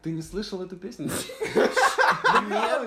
Ты не слышал эту песню? Нет.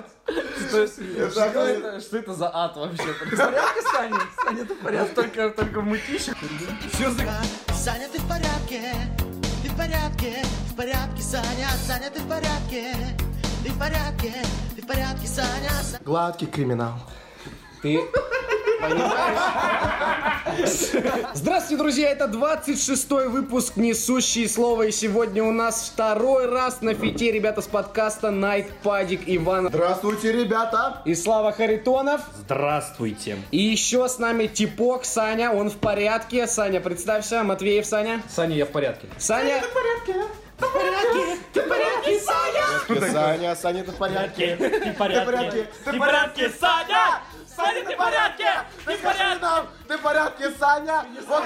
Что это за ад вообще? Ты в порядке, Саня? Саня, ты в порядке? Только в мытищах? Саня, ты в порядке? Ты в порядке? В порядке, Саня? Саня, ты в порядке? Ты в порядке? Ты в порядке, Саня? Гладкий криминал. Ты понимаешь? Здравствуйте, друзья, это 26-й выпуск «Несущие слова», и сегодня у нас второй раз на фите ребята с подкаста Night Падик Иван. Здравствуйте, ребята! И Слава Харитонов. Здравствуйте. И еще с нами Типок, Саня, он в порядке. Саня, представься, Матвеев, Саня. Саня, я в порядке. Саня. Ты в порядке? Ты в порядке? Ты в порядке, Саня? Саня, ты в порядке? Ты в порядке? Ты в порядке, Саня? Саня, ты в порядке? Ты в порядке? Ты в порядке, Саня? Вот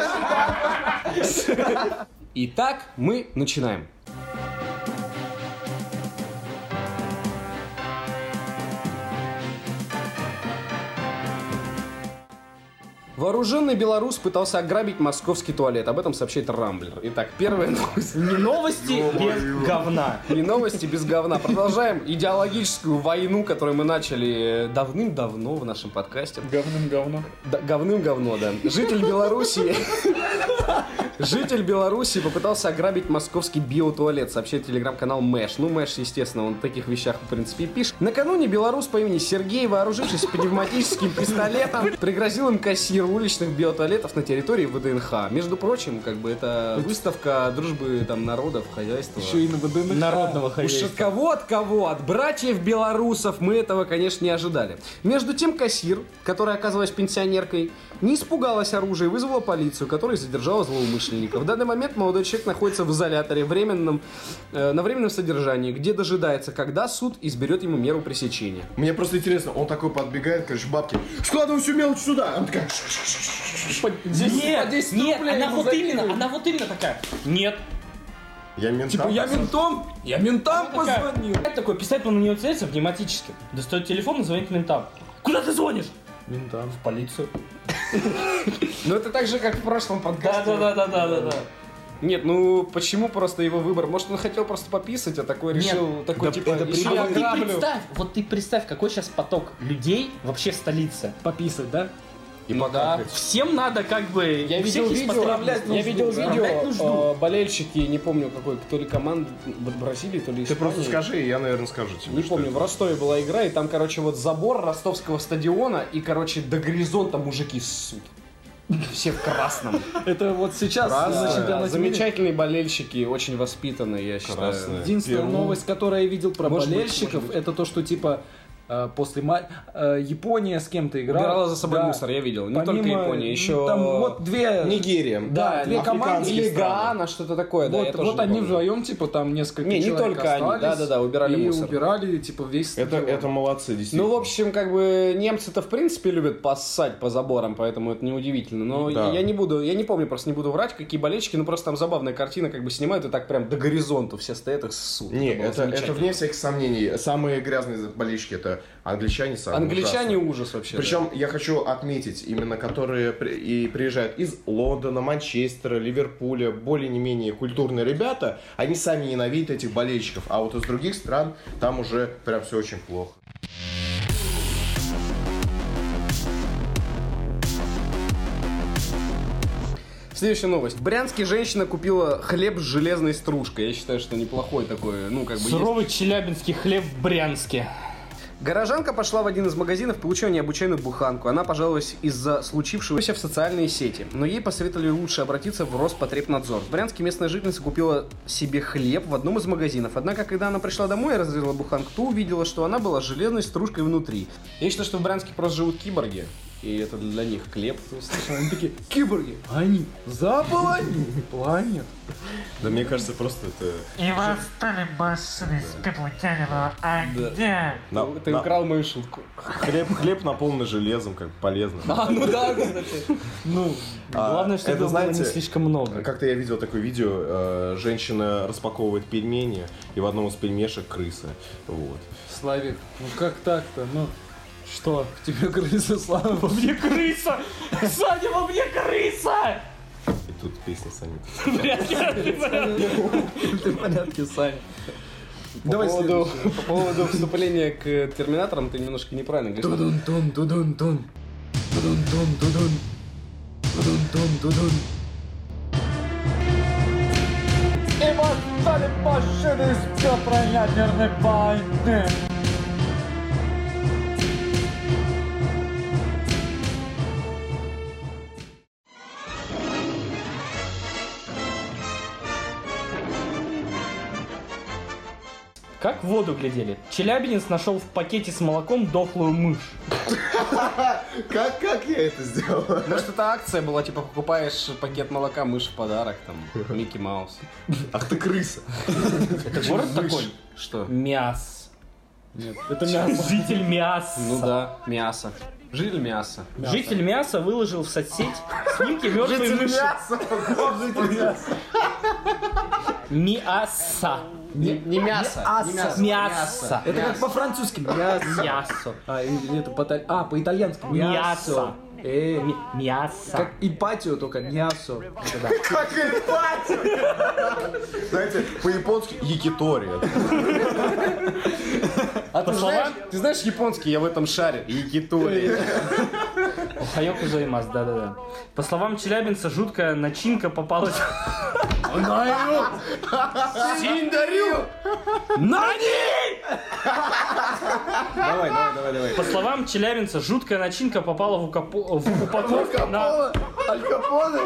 это. Итак, мы начинаем. Вооруженный белорус пытался ограбить московский туалет. Об этом сообщает Рамблер. Итак, первая новость. Не новости без говна. Не новости без говна. Продолжаем идеологическую войну, которую мы начали давным-давно в нашем подкасте. Говным-говно. Говным-говно, да. Житель Беларуси попытался ограбить московский биотуалет, сообщает телеграм-канал Мэш. Ну, Мэш, естественно, он в таких вещах, в принципе, и пишет. Накануне белорус по имени Сергей, вооружившись пневматическим пистолетом, пригрозил им кассиру уличных биотуалетов на территории ВДНХ. Между прочим, как бы это выставка дружбы там народов, хозяйства. Еще и на ВДНХ. Народного Уж хозяйства. от кого, от братьев белорусов мы этого, конечно, не ожидали. Между тем кассир, которая оказалась пенсионеркой, не испугалась оружия и вызвала полицию, которая задержала злоумышленника. В данный момент молодой человек находится в изоляторе на временном содержании, где дожидается, когда суд изберет ему меру пресечения. Мне просто интересно, он такой подбегает, короче, бабки. Складывай всю мелочь сюда. Он такая... Нет, она вот именно такая. Нет. Я ментам. Типа, я ментам позвонил. Такой пистолет, он на него целится автоматически. Достает телефон и звонит ментам. Куда ты звонишь? Ментам. В полицию. Ну это так же, как в прошлом подкасте. Да. Нет, ну почему просто его выбор? Может, он хотел просто пописать, а такой решил, такой типа, еще я ограблю. Ты представь, какой сейчас поток людей вообще в столице. Пописать, да? И Ну да. покакать. Всем надо как бы... Я видел видео, Справлять нужду. Болельщики, не помню какой, то ли команды Бразилии, то ли Ты Испании. просто скажи, и я, наверное, скажу тебе. Не что помню, это. в Ростове была игра, и там, короче, вот забор ростовского стадиона, и, короче, до горизонта мужики ссут. Все в красном. Это вот сейчас на чемпионате мира. Замечательные болельщики, очень воспитанные, я считаю. Красные. Единственная Перу. новость, которую я видел про Может быть, болельщиков, может быть. это то, что типа после Япония с кем-то играла. Убирала за собой Да. мусор, я видел. Не Помимо, только Япония, еще... Там вот две... Нигерия. Да, две команды. Или страны. Гаана, что-то такое, да, я Вот, тоже вот не они помню. вдвоем, типа, там несколько Не человек только они, остались, да-да-да, убирали и мусор. убирали, типа, весь стадион. Это молодцы, действительно. Ну, в общем, как бы немцы-то в принципе любят поссать по заборам, поэтому это неудивительно. Но Да. я не помню, просто не буду врать, какие болельщики, но просто там забавная картина, как бы снимают и так прям до горизонта все стоят и ссут. Не, было это замечательно. вне всяких сомнений. Самые грязные болельщики это англичане самые Англичане ужасные. ужас вообще. Причем я хочу отметить, именно которые и приезжают из Лондона, Манчестера, Ливерпуля, более не менее культурные ребята, они сами ненавидят этих болельщиков, а вот из других стран там уже прям все очень плохо. Следующая новость. В Брянске женщина купила хлеб с железной стружкой. Я считаю, что неплохой такой, ну как бы есть. Суровый челябинский хлеб в Брянске. Горожанка пошла в один из магазинов, получила необычайную буханку. Она пожаловалась из-за случившегося в социальные сети. Но ей посоветовали лучше обратиться в Роспотребнадзор. В Брянске местная жительница купила себе хлеб в одном из магазинов. Однако, когда она пришла домой и разрезала буханку, то увидела, что она была с железной стружкой внутри. Я считаю, что в Брянске просто живут киборги. И это для них хлеб. Они такие, киборги, они за планет. Да мне кажется, просто это... И восстали машины с Пеплотянина. А где? Ты украл мою шутку. Хлеб наполненный железом, как бы полезно. Ну да, кстати. Ну, главное, это, чтобы было знаете, не слишком много. Как-то я видел такое видео, женщина распаковывает пельмени, и в одном из пельмешек крыса. Вот. Славик, ну как так-то, ну... Что? К тебе крыса, Слава. Во мне крыса! Саня, во мне крыса! И тут песня Саня. Ты в порядке, Саня? Давай следующий. По поводу вступления к терминаторам ты немножко неправильно говоришь. Тудун-тун, тудун-тун. Тудун-тун, тудун. Тудун-тун, тудун. И восстали машины с теплоядерной войны. Как в воду глядели. Челябинец нашел в пакете с молоком дохлую мышь. Как я это сделал? Может, это акция была, типа, покупаешь пакет молока, мышь в подарок, там, Микки Маус. Ах ты крыса. Это город такой? Что? Мяс. Нет. Это мясо. Житель мяса. Ну да, мясо. Житель мяса. Житель мяса выложил в соцсеть снимки мертвой мыши. Мясо. Не мясо. Не мясо. Мясо. Это как по-французски. Мясо. Мясо. А, или это по-итальянски. Мясо. Мясо. Как ипатио, только мясо. Это да. Как эмпатия. Знаете, по-японски якитория. А ты знаешь японский, я в этом шаре. Якитори. Охайоку займас, да-да-да. По словам челябинца, жуткая начинка попалась... Синдарю! Давай. По словам челябинца, жуткая начинка попала в упаковку на... Аль Капоне.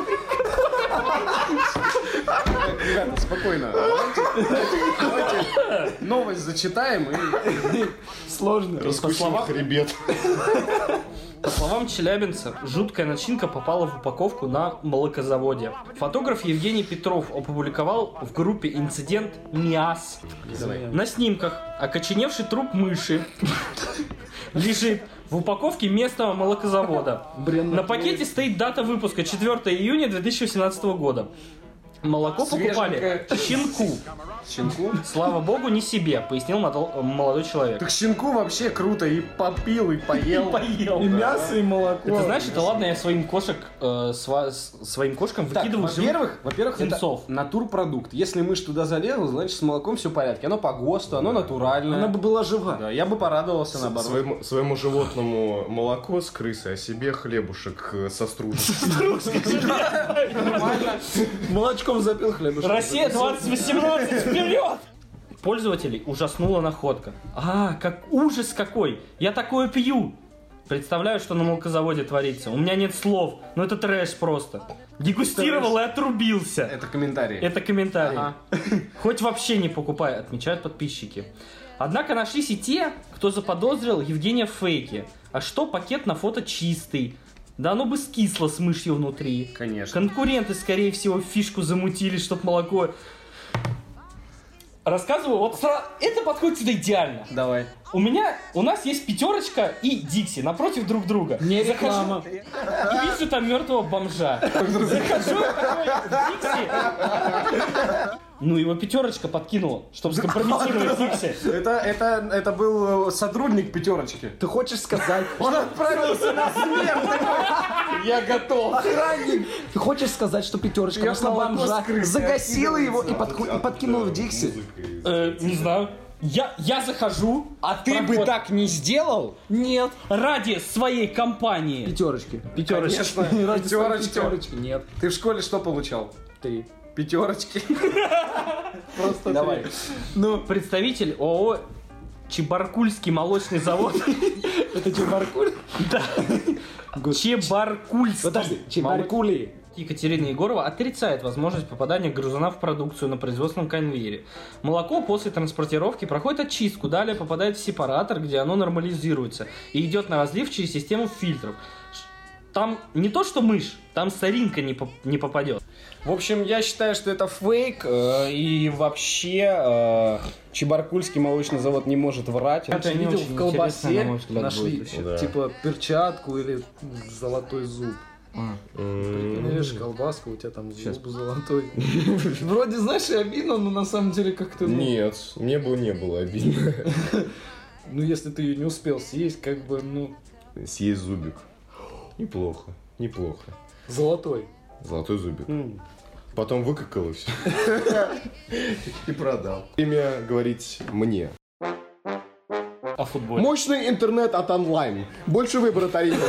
Ребята, спокойно. Давайте новость зачитаем и... Сложно. Раскусил хребет. По словам челябинца, жуткая начинка попала в упаковку на молокозаводе. Фотограф Евгений Петров опубликовал в группе «Инцидент МИАС». На снимках окоченевший труп мыши лежит в упаковке местного молокозавода. На пакете стоит дата выпуска 4 июня 2018 года. Молоко покупали щенку. Щенку? Слава богу, не себе, пояснил молодой человек. Так щенку вообще круто. И попил, и поел. Поел. И мясо, и молоко. Это знаешь, это ладно, я своим своим кошкам Так, выкидываю живых во-первых, это птенцов. натурпродукт. Если мышь туда залезла, значит с молоком все в порядке. Оно по ГОСТу, оно натуральное. Она бы была жива. Да, я бы порадовался наоборот. Своему животному молоко с крысы, а себе хлебушек со стружкой. Молочком запил хлебушек. Россия 2018, вперед! Пользователей ужаснула находка. Как ужас какой! Я такое пью! Представляю, что на молокозаводе творится. У меня нет слов, но это трэш просто. Дегустировал и отрубился. Это комментарий. Это комментарий. Ага. Хоть вообще не покупай, отмечают подписчики. Однако нашлись и те, кто заподозрил Евгения в фейке. А что, пакет на фото чистый? Да оно бы скисло с мышью внутри. Конечно. Конкуренты, скорее всего, фишку замутили, чтоб молоко... Рассказываю, вот это подходит сюда идеально. Давай. У нас есть пятерочка и Дикси напротив друг друга. Не реклама. Захожу и вижу там мертвого бомжа. Захожу такой в Дикси. Ну, его пятерочка подкинула, чтобы скомпрометировать Дикси. Это был сотрудник пятерочки. Ты хочешь сказать... Он отправился на смерть. Я готов. Охранник! Ты хочешь сказать, что пятерочка Я нашла молоко бомжа, с крысы загасила его и А подкинула в Дикси? Не знаю. Я захожу. А ты бы так не сделал? Нет. Ради своей компании. Пятерочки. Пятерочки. Конечно. Пятерочки. Нет. Ты в школе что получал? 3. Пятерочки. Просто Давай. Ну, представитель ООО Чебаркульский молочный завод. Это Чебаркуль? Да. Чебаркульский. Подожди, Чебаркули. Екатерина Егорова отрицает возможность попадания грызуна в продукцию на производственном конвейере. Молоко после транспортировки проходит очистку, далее попадает в сепаратор, где оно нормализируется и идет на разлив через систему фильтров. Там не то что мышь, там соринка не попадет. В общем, я считаю, что это фейк, и вообще Чебаркульский молочный завод не может врать. Это Я не видел, очень в колбасе интересно, на мой взгляд, нашли будет. Да. типа перчатку или золотой зуб. Видишь, колбаска, у тебя там зуб золотой. Вроде, знаешь, и обидно, но на самом деле как-то... Нет, мне бы не было обидно. Ну, если ты ее не успел съесть, как бы, Съесть зубик. Неплохо, неплохо. золотой. Золотой зубик. Потом выкакал и все. И продал. Время говорить мне. О футболе. Мощный интернет от онлайн. Больше выбора тарифов.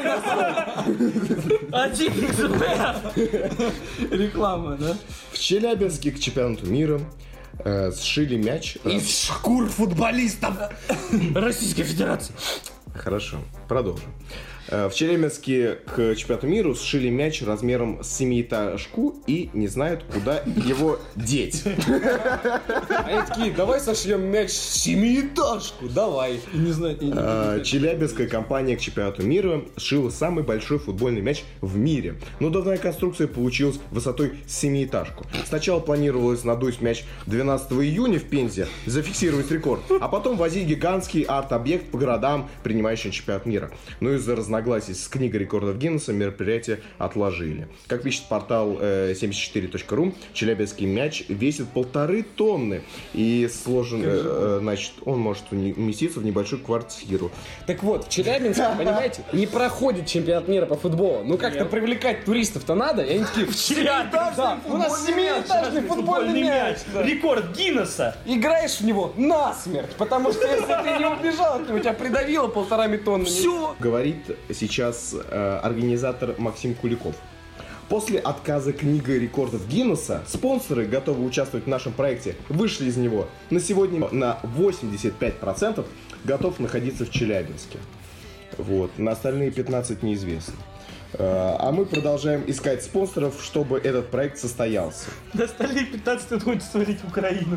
1xbet. Реклама, да? В Челябинске к чемпионату мира сшили мяч. Из шкур футболистов. Российской Федерации. Хорошо, продолжим. В Челябинске к чемпионату мира сшили мяч размером с 7-этажку и не знают, куда его деть. Они такие, давай сошьем мяч с 7-этажку, давай. Не знаю. Челябинская компания к чемпионату мира сшила самый большой футбольный мяч в мире. Но давная конструкция получилась высотой с 7-этажку. Сначала планировалось надуть мяч 12 июня в Пензе, зафиксировать рекорд, а потом возить гигантский арт-объект по городам, принимающим чемпионат мира. Но из-за разногласий с книгой рекордов Гиннесса мероприятие отложили. Как пишет портал 74.ru, челябинский мяч весит 1,5 тонны и сложен, значит, он может уместиться в небольшую квартиру. Так вот, в Челябинске, понимаете, не проходит чемпионат мира по футболу. Ну как-то привлекать туристов-то надо, и они такие, в Челябинске, да, у нас 7-этажный футбольный мяч. Рекорд Гиннесса. Играешь в него насмерть, потому что если ты не убежал от него, тебя придавило 1,5 тонны. Все. Говорит сейчас организатор Максим Куликов. После отказа книги рекордов Гиннесса, спонсоры, готовые участвовать в нашем проекте, вышли из него. На сегодня на 85% готов находиться в Челябинске. Вот. На остальные 15 неизвестно. А мы продолжаем искать спонсоров, чтобы этот проект состоялся. На остальные 15 будет свалить в Украину.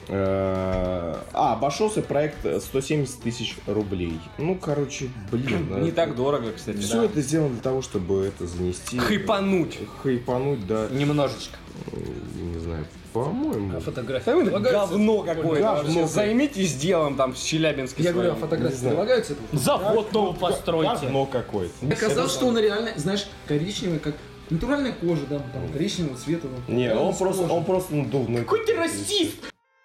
Обошелся проект 170 тысяч рублей. Ну, короче, блин. Не так дорого, кстати. Все это сделано для того, чтобы это занести. Хайпануть. Хайпануть, да. Немножечко. Не знаю, по-моему. Фотографии. Говно какое-то. Говно. Вообще. Займитесь делом там в Челябинске. Я говорю, а своем. фотографии прилагаются? Завод новый постройте. Говно какое-то. Оказалось, что он реально, знаешь, коричневый, как натуральная кожа, да, там, коричневого цвета. Не, он просто надувной. Какой ты расист!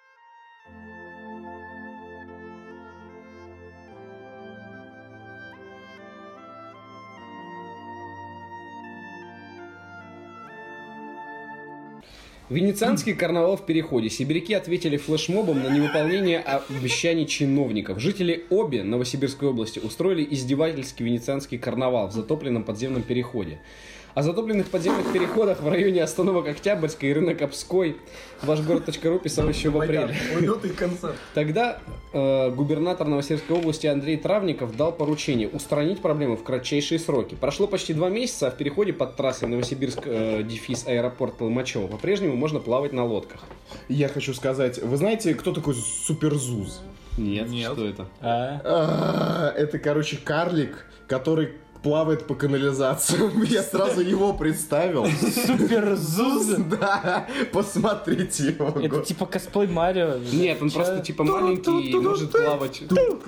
Венецианский карнавал в переходе. Сибиряки ответили флешмобом на невыполнение обещаний чиновников. Жители Оби Новосибирской области устроили издевательский венецианский карнавал в затопленном подземном переходе. О затопленных подземных переходах в районе остановок Октябрьской и рынок Обской Вашгород.ру писал еще в апреле. Улетный концерт. Тогда губернатор Новосибирской области Андрей Травников дал поручение устранить проблемы в кратчайшие сроки. Прошло почти 2 месяца, а в переходе под трассой Новосибирск аэропорт Толмачево по-прежнему можно плавать на лодках. Я хочу сказать, вы знаете, кто такой Суперзуз? Нет, что это? Это, короче, карлик, который плавает по канализациям. Я сразу его представил. Суперзуз? Да, посмотрите его. Это типа косплей Марио. Нет, он просто типа маленький и может плавать.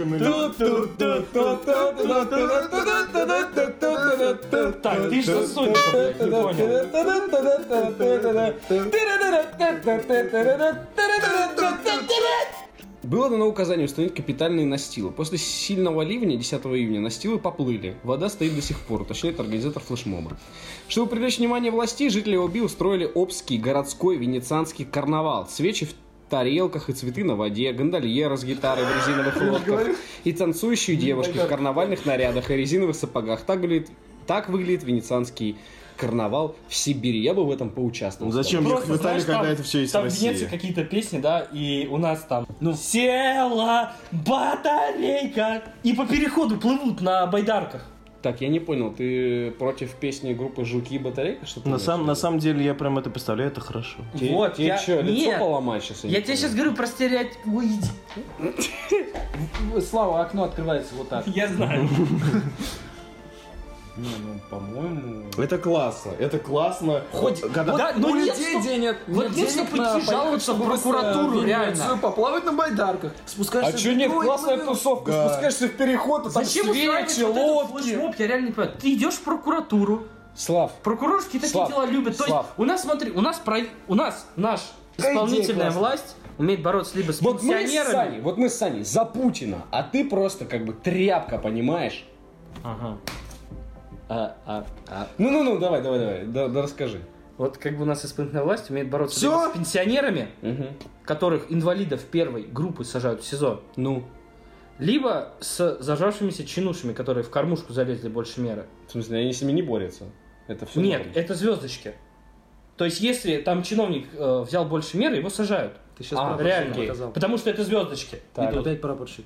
Так, ты что сунешь, блядь, не понял. Было дано указание установить капитальные настилы. После сильного ливня 10 июня настилы поплыли. Вода стоит до сих пор, уточняет организатор флешмоба. Чтобы привлечь внимание властей, жители Оби устроили Обский городской венецианский карнавал. Свечи в тарелках и цветы на воде, гондольеры с гитарой в резиновых лодках и танцующие девушки в карнавальных нарядах и резиновых сапогах. Так выглядит венецианский карнавал в Сибири. Я бы в этом поучаствовал. Зачем ехать в Италию, когда это все есть в Там в Венеции России? какие-то песни, да, и у нас там, села батарейка, и по переходу плывут на байдарках. Так, я не понял, ты против песни группы «Жуки и батарейка»? Что ты На имеешь? самом деле я прям это представляю, это хорошо. Тебе, Вот, тебе я- что, лицо Нет. поломать сейчас? Я тебе сейчас говорю про стереотип. Ой, иди. Слава, окно открывается вот так. Я знаю. Не, ну, по-моему... Это классно, это классно. Хоть- Когда- Да, У но нет, людей что- денег, вот нет нет, денег чтобы на пойти жаловаться в чтобы прокуратуру, в Венецию реально. поплавать на байдарках. Спускаешься А что нет, вдоль, классная вдоль. тусовка, Да. спускаешься в переход, а там Зачем устраивать свечи, вот этот лодки. флешмоб, я реально не понимаю. Ты идешь в прокуратуру, Слав, прокурорские такие Слав, дела любят. То есть Слав. у нас, смотри, у нас наша Какая исполнительная идея власть умеет бороться либо с вот мы с пенсионерами. Саней, за Путина, а ты просто как бы тряпка, понимаешь? Ага. Ну, давай, да расскажи. Вот как бы у нас исполнительная власть умеет бороться Всё? либо с пенсионерами, которых инвалидов первой группы сажают в СИЗО, Ну, либо с зажавшимися чинушами, которые в кормушку залезли больше меры. в смысле, они с ними не борются. Это все Нет, это звездочки. То есть, если там чиновник взял больше меры, его сажают. Ты сейчас Реально. показал. Потому что это звездочки. Так. идут. Опять прапорщик.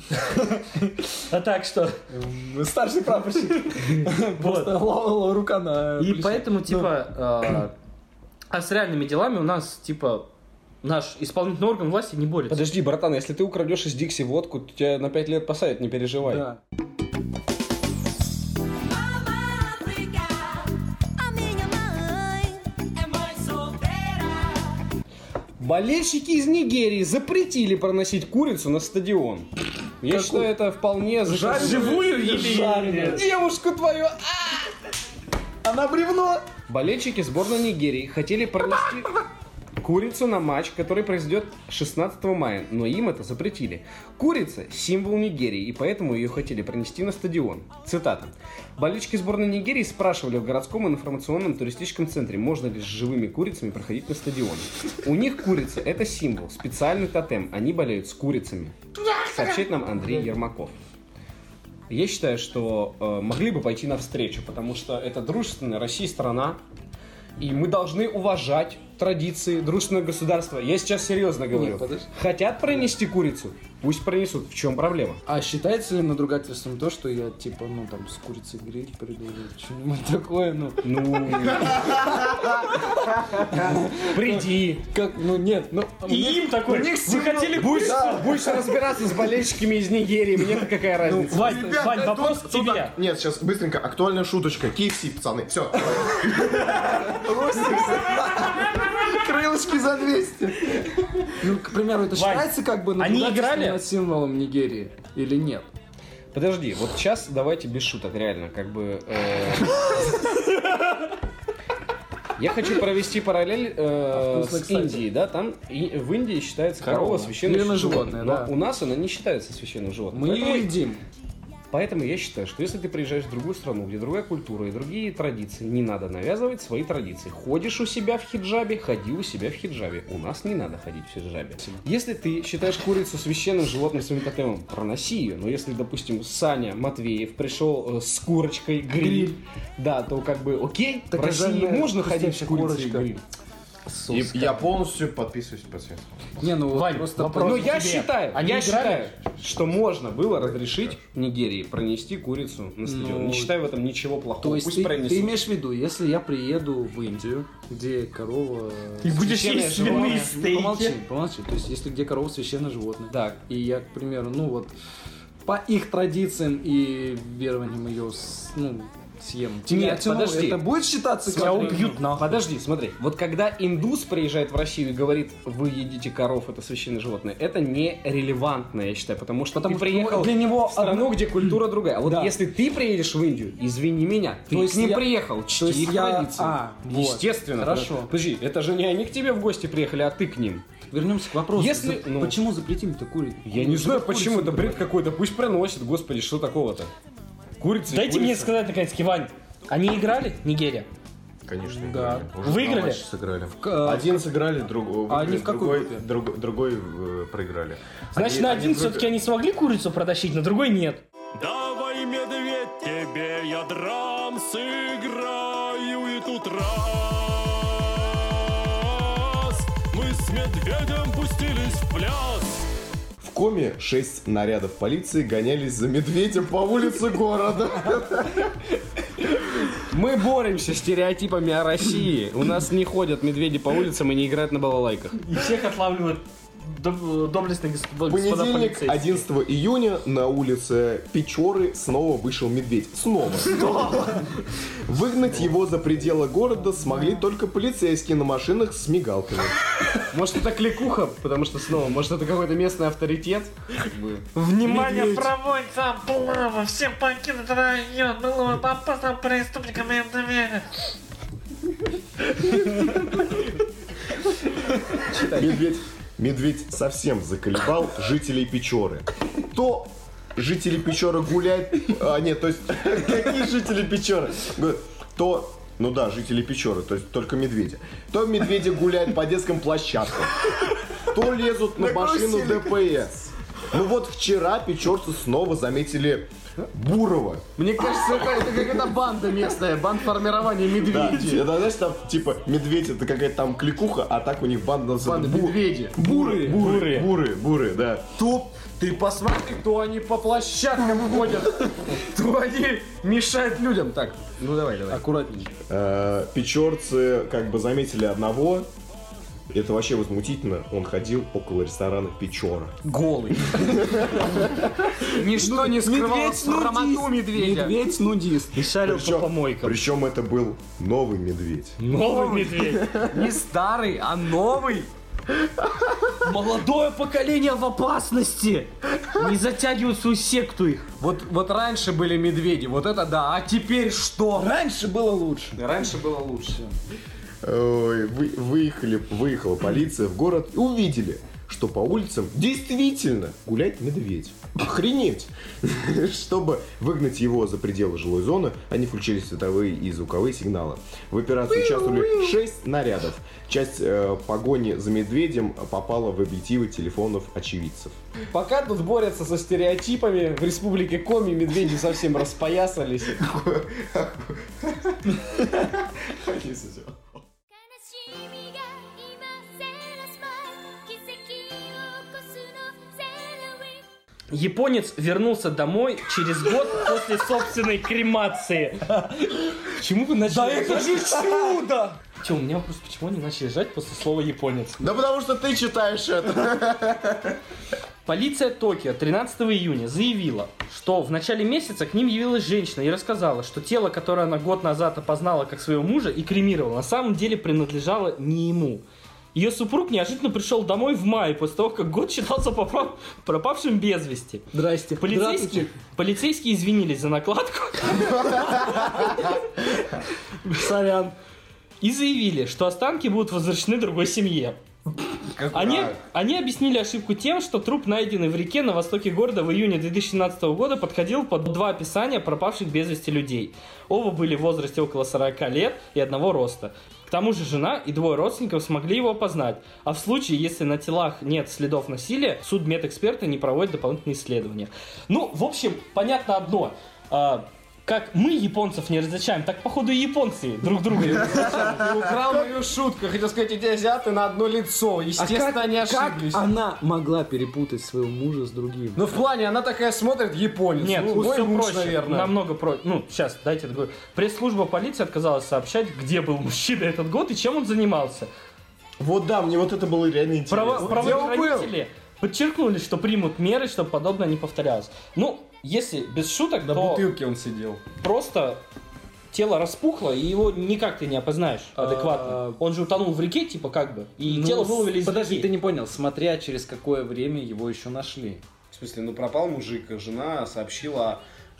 А так что? Старший прапорщик. Просто рука на И плече. поэтому, типа, а с реальными делами у нас, типа, наш исполнительный орган власти не борется. Подожди, братан, если ты украдешь из Дикси водку, то тебя на 5 лет посадят, не переживай. Да. Болельщики из Нигерии запретили проносить курицу на стадион. Я считаю, это вполне Живую или девушку твою! Она бревно! Болельщики сборной Нигерии хотели пронести курицу на матч, который произойдет 16 мая, но им это запретили. Курица – символ Нигерии, и поэтому ее хотели пронести на стадион. Цитата. Болельщики сборной Нигерии спрашивали в городском информационном туристическом центре, можно ли с живыми курицами проходить на стадион. У них курица – это символ, специальный тотем, они болеют с курицами. Сообщает нам Андрей Ермаков. Я считаю, что могли бы пойти навстречу, потому что это дружественная Россия страна, и мы должны уважать традиции дружественного государства. Я сейчас серьезно говорю. Нет, подожди. Хотят пронести курицу? Пусть пронесут. В чем проблема? А считается ли надругательством то, что я, типа, ну, там, с курицей гриль приду или что-нибудь такое, ну... Приди. Как, ну, нет, ну... И им такой, вы хотели Будешь разбираться с болельщиками из Нигерии. Мне-то какая разница? Вань, вопрос к тебе. Нет, сейчас быстренько, актуальная шуточка. KFC, пацаны, все. Крылышки за 200. Ну, к примеру, это Вань, считается как бы они надругательством играли? над символом Нигерии или нет? Подожди, вот сейчас давайте без шуток, реально, как бы... Я хочу провести параллель вкусно, с кстати. Индией, да, там в Индии считается корова Корова. священным Именно животным, животное, но да. у нас она не считается священным животным. Мы Поэтому- ее едим. Поэтому я считаю, что если ты приезжаешь в другую страну, где другая культура и другие традиции, не надо навязывать свои традиции. Ходишь у себя в хиджабе, ходи у себя в хиджабе. У нас не надо ходить в хиджабе. Если ты считаешь курицу священным животным, своим тотемом, проноси ее. Но если, допустим, Саня Матвеев пришел с курочкой гриль, да, то как бы окей, Так в России жареная можно ходить с хрустящая курицей курочка. гриль. И я полностью подписываюсь под свет. Не, ну Вань, просто... вопрос. Но я тебе. считаю, Они играли? что можно было разрешить Нигерии пронести курицу на стадион. Ну, Не считаю в этом ничего плохого. То есть Пусть ты пронесут. имеешь в виду, если я приеду в Индию, где корова... И будешь Священное есть свиные животное. Помолчи, стейки. помолчи. То есть если где корова священное животное. Так. И я, к примеру, ну вот, по их традициям и верованиям ее, съем. Нет, Тяну, подожди. Это будет считаться Тебя убьют нахуй. Подожди, смотри. Вот когда индус приезжает в Россию и говорит, вы едите коров, это священное животное, это не релевантно, я считаю, потому что Потому ты что, приехал для него в страну, где культура другая. А вот Да. если ты приедешь в Индию, извини меня, ты То есть к ним я- приехал, то чти есть их я- традиции. вот. Естественно. Хорошо. Подожди, это же не они к тебе в гости приехали, а ты к ним. Вернемся к вопросу. Если- ну- Почему запретили-то курить? Я не знаю, почему, это бред бред. какой-то. Пусть проносит, господи, что такого-то? Курица и Дайте мне курица. сказать наконец-таки, Вань, они играли, Нигерия? Конечно, Да. играли. Уже Выиграли? два матча сыграли. к- Один сыграли, А они в какой другой проиграли. Значит, на один все-таки они смогли курицу протащить, на другой нет. Давай, медведь, тебе я драм сыграю, и тут раз мы с медведем пустились в пляс. В Коме 6 нарядов полиции гонялись за медведем по улице города. Мы боремся с стереотипами о России. У нас не ходят медведи по улицам и не играют на балалайках. И всех отлавливают доблестные В господа понедельник, полицейские. 11 июня, на улице Печоры снова вышел медведь. Снова. Выгнать его за пределы города смогли только полицейские на машинах с мигалками. Может, это кликуха, потому что снова, может, это какой-то местный авторитет? Внимание, Медведь. проводится облава. Всем покинуть район. Было опасным преступникам и медведя. Медведь совсем заколебал жителей Печоры. То жители Печоры гуляют... А, нет, то есть... Какие жители Печоры? Говорят, то Ну да, жители Печоры, то есть только медведи. То медведи гуляют по детским площадкам, то лезут на машину ДПС. Ну вот вчера печорцы снова заметили бурого. Мне кажется, это какая-то банда местная, бандформирование медведей. Да, это, знаешь, там, типа, медведь это какая-то там кликуха, а так у них банда медведи. Буры, да. Топ. Ты посмотри, кто они по площадкам ходят, кто они мешают людям. Так, ну давай. Аккуратнее. Печорцы как бы заметили одного. Это вообще возмутительно. Он ходил около ресторана Печора. Голый. Ничто не скрывало хромоту медведя. Медведь-нудист. И шарил по помойкам. Причем это был новый медведь. Новый медведь. Не старый, а новый. Молодое поколение в опасности. Не затягивают свою секту их. Вот раньше были медведи, вот это да, а теперь что? Раньше было лучше. Раньше было лучше. Ой, выехала полиция в город и увидели, что по улицам действительно гуляет медведь. Охренеть! Чтобы выгнать его за пределы жилой зоны, они включили световые и звуковые сигналы. В операции участвовали 6 нарядов. Часть погони за медведем попала в объективы телефонов очевидцев. Пока тут борются со стереотипами, в республике Коми медведи совсем распоясались. Японец вернулся домой через год после собственной кремации. Почему вы начали? Да это же чудо! Че, у меня вопрос, почему они начали жать после слова японец? Да потому что ты читаешь это. Полиция Токио 13 июня заявила, что в начале месяца к ним явилась женщина и рассказала, что тело, которое она год назад опознала как своего мужа и кремировала, на самом деле принадлежало не ему. Ее супруг неожиданно пришел домой в мае, после того, как год считался пропавшим без вести. Здрасте. Полицейские извинились за накладку. Сорян. И заявили, что останки будут возвращены другой семье. Они объяснили ошибку тем, что труп, найденный в реке на востоке города в июне 2017 года, подходил под 2 описания пропавших без вести людей. Оба были в возрасте около 40 лет и одного роста. К тому же жена и 2 родственников смогли его опознать. А в случае, если на телах нет следов насилия, судмедэксперты не проводят дополнительные исследования. Ну, в общем, понятно одно. Как мы японцев не различаем, так, походу, и японцы друг друга не различают. Ты украл мою шутку. Хотел сказать, эти азиаты на одно лицо. Естественно, они ошиблись. Как она могла перепутать своего мужа с другим? Ну, в плане, она такая смотрит, японец. Нет, ну, все муж, проще, наверное. намного проще. Ну, сейчас, дайте это говорю. Пресс-служба полиции отказалась сообщать, где был мужчина этот год и чем он занимался. Вот да, мне вот это было реально интересно. Правоохранители подчеркнули, что примут меры, чтобы подобное не повторялось. Ну, если без шуток, На то бутылке он сидел. просто тело распухло, и его никак ты не опознаешь адекватно. Он же утонул в реке, типа как бы, и тело выловили из Подожди, реки. ты не понял, смотря через какое время его еще нашли. В смысле, ну пропал мужик, жена сообщила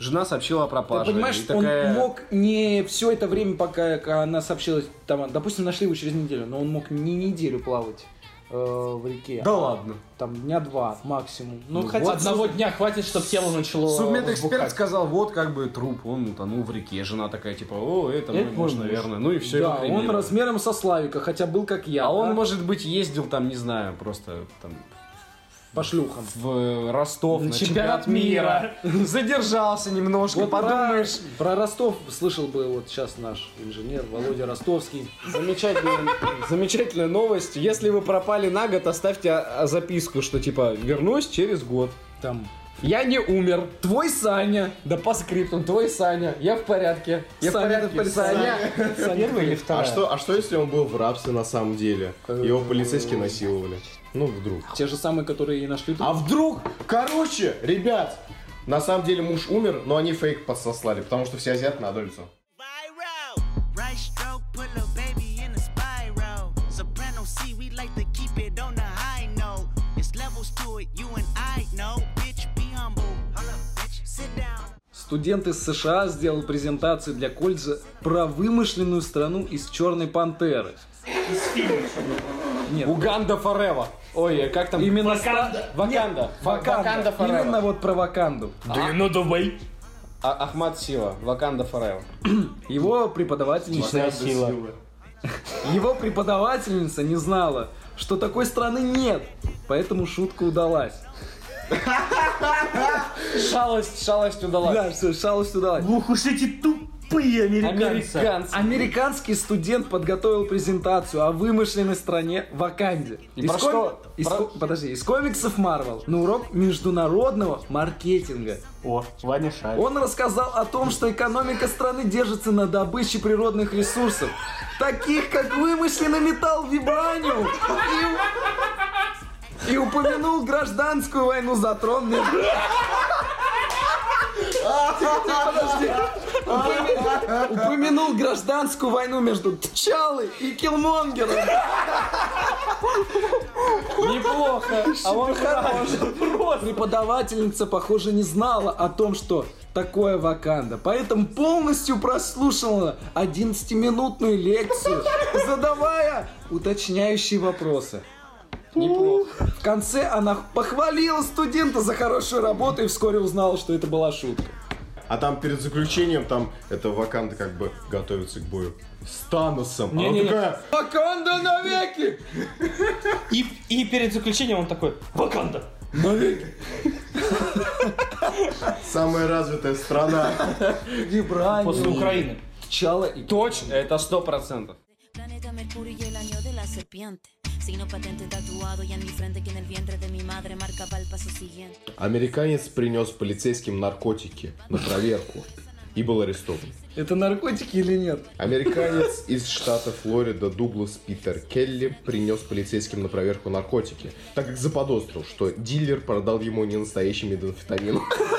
о пропаже. Ты понимаешь, И такая... он мог не все это время, пока она сообщила, там, допустим, нашли его через неделю, но он мог не неделю плавать в реке. Да ладно. Там дня 2 максимум. Ну, Хотя хотя одного дня хватит, чтобы тело начало Судмедэксперт разбухать. сказал, вот как бы труп, он утонул в реке. Жена такая, типа, о, это мой муж, наверное. Ну и все, да, его он кремировали. размером со Славика, хотя был как я. А он, да? может быть, ездил там, не знаю, просто там по шлюхам. в Ростов На на чемпионат чемпионат мира. Задержался немножко, Вот подумаешь. про Ростов слышал бы вот сейчас наш инженер Володя Ростовский. Замечательная новость. Если вы пропали на год, оставьте записку, что типа вернусь через год. Там Я не умер. Твой Саня. Да по скрипту. Твой Саня. Я в порядке. Я в Саня, порядке. это Саня. Первая или вторая? А что если он был в рабстве на самом деле? Его полицейские насиловали. Ну, вдруг. те же самые, которые и нашли тут. А вдруг? Короче, ребят, на самом деле муж умер, но они фейк подсослали, потому что все азиаты на одно лицо. Viral. Right stroke, put a baby in a spiral. Soprano C, we like to keep it on the high note. It's levels to it, you and I know. Bitch, be humble. Hold up, bitch, sit down. Студент из США сделал презентацию для колледжа про вымышленную страну из Черной Пантеры. Нет. Уганда Форева. Ой, как там? Именно Ваканда. Ваканда Ваканда. Форева. Именно вот про Ваканду. Do you know the way? Ахмад Сила, Wakanda Forever. Его преподавательница... Его преподавательница не знала, что такой страны нет, поэтому шутка удалась. Шалость удалась. Да, все, шалость удалась. Ух уж эти тупые американцы. Американский студент подготовил презентацию о вымышленной стране Ваканде. Подожди, из комиксов Marvel на урок международного маркетинга. О, Ваня шарит. Он рассказал о том, что экономика страны держится на добыче природных ресурсов, таких как вымышленный металл вибраниум, и упомянул гражданскую войну за трон между... Упомянул гражданскую войну между Тчалой и Киллмонгером. Неплохо. А он хорош. Преподавательница, похоже, не знала о том, что такое Ваканда, поэтому полностью прослушала 11-минутную лекцию, задавая уточняющие вопросы. Неплохо. В конце она похвалила студента за хорошую работу и вскоре узнала, что это была шутка. А там перед заключением, там это Ваканда как бы готовится к бою с Таносом. А она такая: Ваканда навеки! И перед заключением он такой: Ваканда! Навеки! самая развитая страна. Вибрание. После Украины. Тчала и... Точно, это 100%. Planeta Mercurio y el año de la serpiente. Signo patente tatuado y en mi frente que en el vientre de mi madre marcaba el paso siguiente. Американец принес полицейским наркотики на проверку и был арестован. Это наркотики или нет? Американец из штата Флорида Дуглас Питер Келли принес полицейским на проверку наркотики, так как заподозрил, что дилер продал ему не настоящий метамфетамин.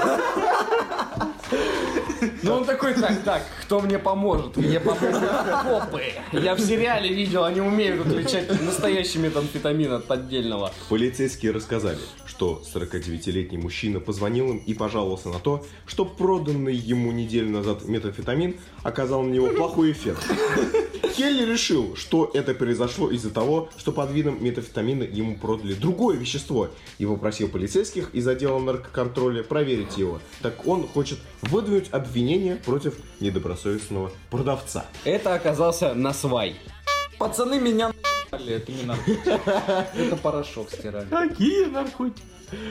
Ну он такой: так, кто мне поможет? Мне помогут копы. Я в сериале видел, они умеют отличать настоящий метамфетамин от поддельного. Полицейские рассказали, что 49-летний мужчина позвонил им и пожаловался на то, что проданный ему неделю назад метамфетамин оказал на него плохой эффект. Келли решил, что это произошло из-за того, что под видом метамфетамина ему продали другое вещество, и попросил полицейских из отдела наркоконтроля проверить его, так он хочет выдвинуть обвинение против недобросовестного продавца. Это оказался насвай. Пацаны, меня на***ли, это не наркотик. Это порошок стирали. Какие наркотики?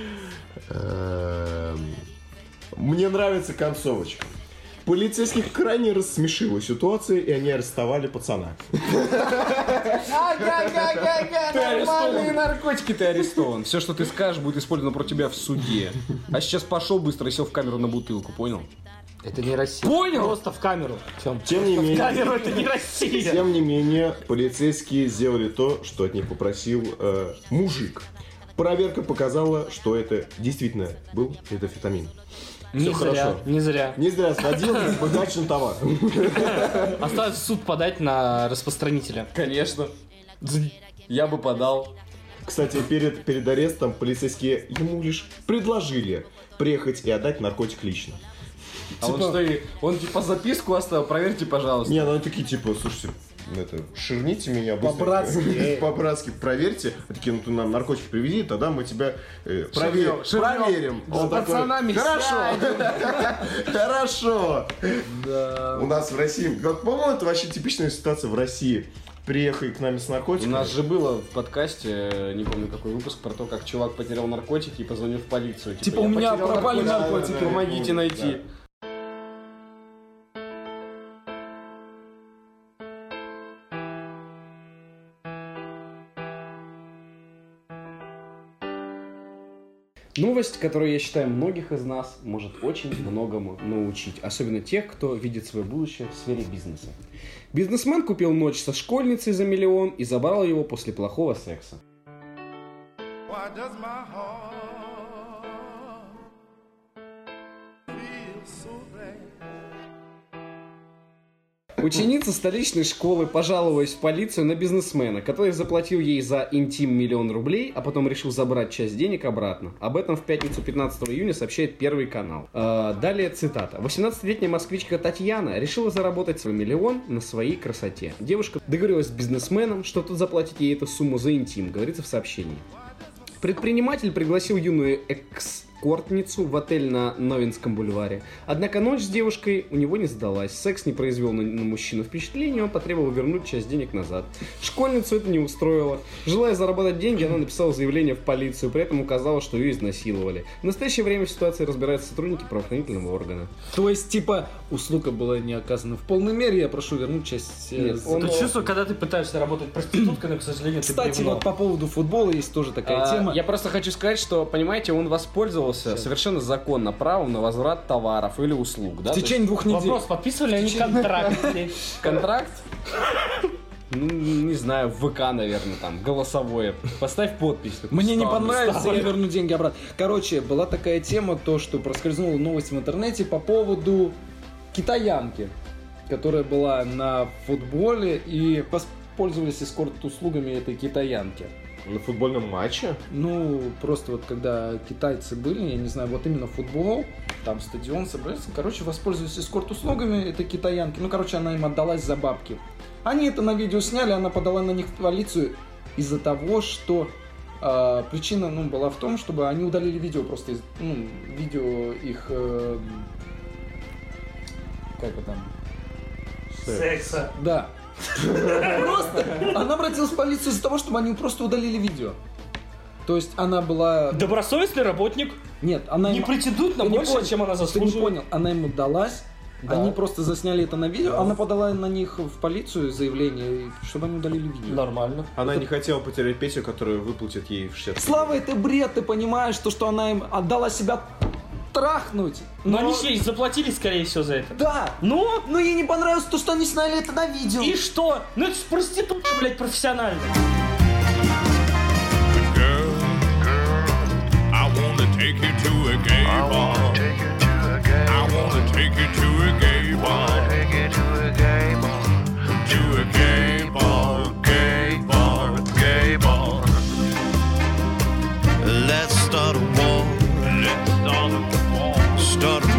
Мне нравится концовочка. Полицейских крайне рассмешила ситуация, и они арестовали пацана. Нормальные наркотики, ты арестован. Все, что ты скажешь, будет использовано против тебя в суде. А сейчас пошел быстро и сел в камеру на бутылку, понял? Это не Россия. Понял? Просто в камеру. Тем не менее, Камеру это не Россия. тем не менее, полицейские сделали то, что от них попросил мужик. Проверка показала, что это действительно был метамфетамин. Не Всё зря, хорошо. не зря. Не зря сводил богачный товар. Осталось в суд подать на распространителя. Конечно. Я бы подал. Кстати, перед арестом полицейские ему лишь предложили приехать и отдать наркотик лично. А он что, он типа записку оставил, проверьте, пожалуйста. Не, ну они такие типа: слушайте, ширните меня быстро. По-братски. По-братски проверьте. Они такие: ну ты нам наркотик привези, тогда мы тебя проверим. Ширнем. Он С пацанами хорошо. Хорошо. Да. У нас в России, по-моему, это вообще типичная ситуация в России. Приехали к нам с У наркотиками. нас же было в подкасте, не помню какой выпуск, про то, как чувак потерял наркотики и позвонил в полицию. Типа, я у меня потерял пропали наркотики. Помогите найти. Новость, которая, я считаю, многих из нас может очень многому научить. Особенно тех, кто видит свое будущее в сфере бизнеса. Бизнесмен купил ночь со школьницей за $1 миллион и забрал его после плохого секса. Ученица столичной школы пожаловалась в полицию на бизнесмена, который заплатил ей за интим $1 миллион рублей, а потом решил забрать часть денег обратно. Об этом в пятницу 15 июня сообщает Первый канал. Далее цитата. 18-летняя москвичка Татьяна решила заработать свой $1 миллион на своей красоте. Девушка договорилась с бизнесменом, что тот заплатит ей эту сумму за интим, говорится в сообщении. Предприниматель пригласил юную эскортницу в отель на Новинском бульваре. Однако ночь с девушкой у него не задалась. Секс не произвел на мужчину впечатления, он потребовал вернуть часть денег назад. Школьницу это не устроило. Желая заработать деньги, она написала заявление в полицию, при этом указала, что ее изнасиловали. В настоящее время в ситуации разбираются сотрудники правоохранительного органа. То есть, типа, услуга была не оказана в полной мере, я прошу вернуть часть... Ты чувствуешь, когда ты пытаешься работать проституткой, но, к сожалению, ты Кстати, бревно. вот по поводу футбола есть тоже такая тема. Я просто хочу сказать, что, понимаете, он воспользовался совершенно законно правом на возврат товаров или услуг. Да? В течение 2 недель. Вопрос, подписывали они контракт? Контракт? Ну, не знаю, в ВК, наверное, там, голосовое. Поставь подпись. Мне не понравится, я верну деньги обратно. Короче, была такая тема, то, что проскользнула новость в интернете по поводу китаянки, которая была на футболе, и воспользовались эскорт-услугами этой китаянки. На футбольном матче? Ну, просто вот когда китайцы были, я не знаю, вот именно футбол, там стадион собрались, короче, воспользовались эскорт-услугами этой китаянки. Ну, короче, она им отдалась за бабки. Они это на видео сняли, она подала на них в полицию из-за того, что причина, ну, была в том, чтобы они удалили видео просто из, ну, видео их как это там? Секса. Да. Просто она обратилась в полицию из-за того, чтобы они просто удалили видео. То есть она была... Добросовестный работник. Нет, она не им... претендует на Ты не больше, понял, чем она заслуживает. Ты не понял, она им удалась. Да. Они просто засняли это на видео, она подала на них в полицию заявление, чтобы они удалили видео. Нормально. Она не хотела потерять пенсию, которую выплатят ей в 60. Слава, это бред, ты понимаешь, то, что она им отдала себя трахнуть. Но они ей заплатили, скорее всего, за это. Да. Но ей не понравилось то, что они сняли это на видео. И что? Ну это же проститутка, блядь, профессиональная. I wanna take you to a gay bar. I wanna take you to a gay bar. To a gay bar, gay bar, gay bar. Let's start a war. Let's start a war. Start a